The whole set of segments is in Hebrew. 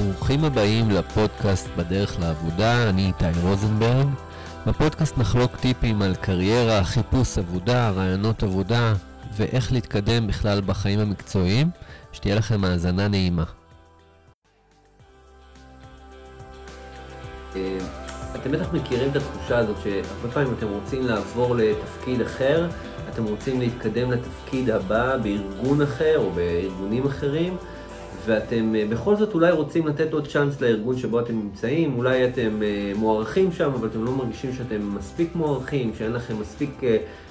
ברוכים הבאים לפודקאסט בדרך לעבודה, אני איתי רוזנברג. בפודקאסט נחלוק טיפים על קריירה, חיפוש עבודה, רעיונות עבודה ואיך להתקדם בכלל בחיים המקצועיים. שתהיה לכם האזנה נעימה. אתם בטח מכירים את התחושה הזאת שהרבה פעמים אתם רוצים לעבור לתפקיד אחר, אתם רוצים להתקדם לתפקיד הבא בארגון אחר או בארגונים אחרים, ואתם בכל זאת אולי רוצים לתת עוד צ'אנס לארגון שבו אתם נמצאים, אולי אתם מוערכים שם, אבל אתם לא מרגישים שאתם מספיק מוערכים, שאין לכם מספיק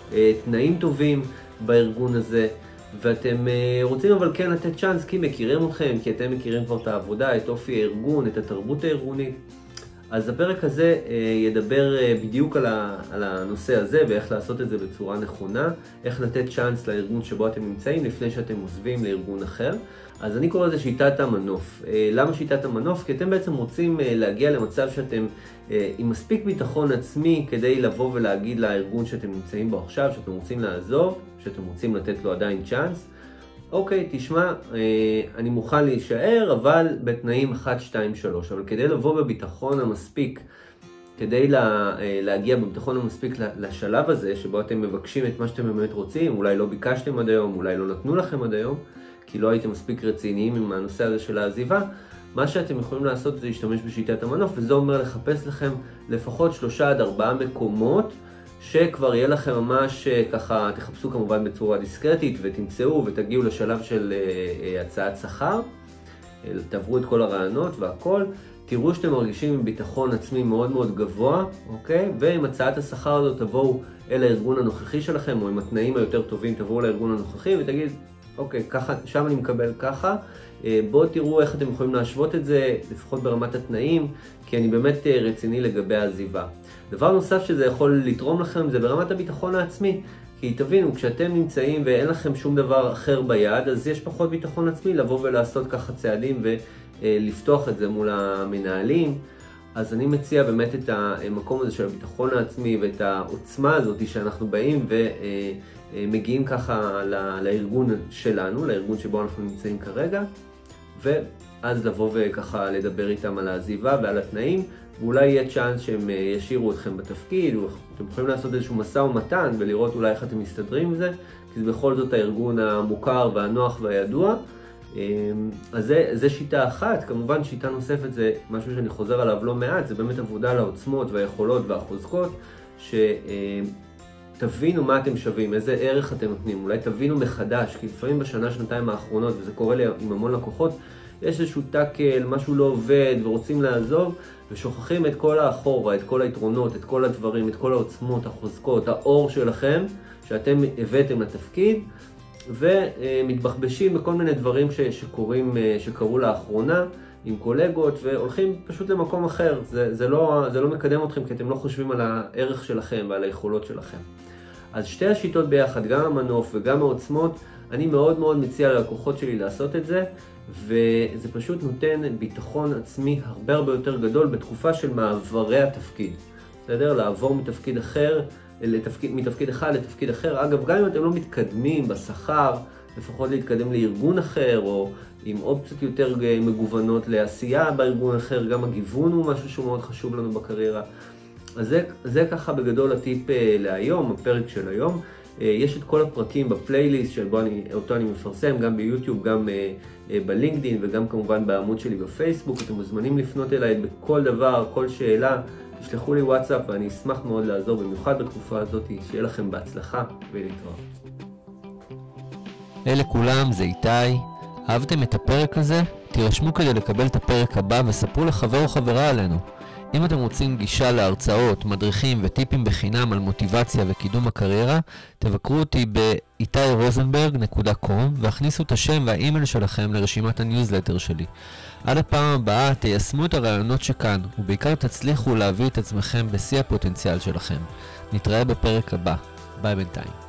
תנאים טובים בארגון הזה, ואתם רוצים אבל כן לתת צ'אנס כי מכירים אתכם, כי אתם מכירים כבר את העבודה, את אופי הארגון, את התרבות הארגונית. אז הפרק הזה ידבר בדיוק על הנושא הזה ואיך לעשות את זה בצורה נכונה, איך לתת צ'אנס לארגון שבו אתם נמצאים לפני שאתם עוזבים לארגון אחר. אז אני קורא לזה שיטת המנוף. למה שיטת המנוף? כי אתם בעצם רוצים להגיע למצב שאתם עם מספיק ביטחון עצמי כדי לבוא ולהגיד לארגון שאתם נמצאים בו עכשיו, שאתם רוצים לעזוב, שאתם רוצים לתת לו עדיין צ'אנס. אוקיי, תשמע, אני מוכן להישאר, אבל בתנאים 1, 2, 3. אבל כדי לבוא בביטחון המספיק, כדי להגיע בביטחון המספיק לשלב הזה, שבו אתם מבקשים את מה שאתם באמת רוצים, אולי לא ביקשתם עד היום, אולי לא נתנו לכם עד היום, כי לא הייתם מספיק רציניים עם הנושא הזה של העזיבה, מה שאתם יכולים לעשות זה להשתמש בשיטת המנוף, וזה אומר לחפש לכם לפחות 3 עד 4 מקומות, שכבר יהיה לכם ממש ככה, תחפשו כמובן בצורה דיסקרטית ותמצאו ותגיעו לשלב של הצעת שכר, תעברו את כל הרעיונות והכל, תראו שאתם מרגישים עם ביטחון עצמי מאוד מאוד גבוה, אוקיי? ועם הצעת השכר הזאת תבואו אל הארגון הנוכחי שלכם, או עם התנאים היותר טובים תבואו לארגון הנוכחי ותגיד, אוקיי, ככה, שם אני מקבל ככה, בואו תראו איך אתם יכולים להשוות את זה, לפחות ברמת התנאים, כי אני באמת רציני לגבי העזיבה. דבר נוסף שזה יכול לתרום לכם זה ברמת הביטחון העצמי, כי תבינו, כשאתם נמצאים ואין לכם שום דבר אחר ביד, אז יש פחות ביטחון עצמי לבוא ולעשות ככה צעדים ולפתוח את זה מול המנהלים. אז אני מציע באמת את המקום הזה של הביטחון העצמי ואת העוצמה הזאת שאנחנו באים ומגיעים ככה לארגון שלנו, לארגון שבו אנחנו נמצאים כרגע, ואז לבוא וככה לדבר איתם על העזיבה ועל התנאים, ואולי יהיה צ'אנס שהם ישאירו אתכם בתפקיד, אתם יכולים לעשות איזשהו משא ומתן ולראות אולי איך אתם מסתדרים עם זה, כי זה בכל זאת הארגון המוכר והנוח והידוע. אז זה שיטה אחת. כמובן שיטה נוספת זה משהו שאני חוזר עליו לא מעט, זה באמת עבודה על העוצמות והיכולות והחוזקות, שתבינו מה אתם שווים, איזה ערך אתם נותנים, אולי תבינו מחדש, כי לפעמים בשנה, שנתיים האחרונות, וזה קורה לי עם המון לקוחות, יש איזשהו טאקל, משהו לא עובד ורוצים לעזוב, ושוכחים את כל האחורה, את כל היתרונות, את כל הדברים, את כל העוצמות, החוזקות, האור שלכם, שאתם הבאתם לתפקיד, ומתבחבשים בכל מיני דברים שקרו לאחרונה עם קולגות, והולכים פשוט למקום אחר. זה לא מקדם אתכם, כי אתם לא חושבים על הערך שלכם ועל היכולות שלכם. אז שתי השיטות ביחד, גם המנוף וגם העוצמות, אני מאוד מאוד מציע ללקוחות שלי לעשות את זה, וזה פשוט נותן ביטחון עצמי הרבה יותר גדול בתקופה של מעברי התפקיד. בסדר? לעבור מתפקיד אחר, מתפקיד אחד לתפקיד אחר. אגב, גם אם אתם לא מתקדמים בשכר, לפחות להתקדם לארגון אחר, או עם אופציות יותר מגוונות לעשייה בארגון אחר, גם הגיוון הוא משהו שהוא מאוד חשוב לנו בקריירה. אז זה ככה בגדול הטיפ להיום, הפרק של היום. יש את כל הפרקים בפלייליסט שאותו אני מפרסם, גם ביוטיוב, גם בלינקדין וגם כמובן בעמוד שלי בפייסבוק. אתם מוזמנים לפנות אליי בכל דבר, כל שאלה, תשלחו לי וואטסאפ ואני אשמח מאוד לעזור, במיוחד בתקופה הזאת. שיהיה לכם בהצלחה ולהתראות. אלה כולם, זה איתי. אהבתם את הפרק הזה? תירשמו כדי לקבל את הפרק הבא וספרו לחבר או חברה עלינו. אם אתם רוצים גישה להרצאות, מדריכים וטיפים בחינם על מוטיבציה וקידום הקריירה, תבקרו אותי ב-itairosenberg.com והכניסו את השם והאימייל שלכם לרשימת הניוזלטר שלי. עד הפעם הבאה תיישמו את הרעיונות שכאן, ובעיקר תצליחו להביא את עצמכם בשיא הפוטנציאל שלכם. נתראה בפרק הבא. ביי בינתיים.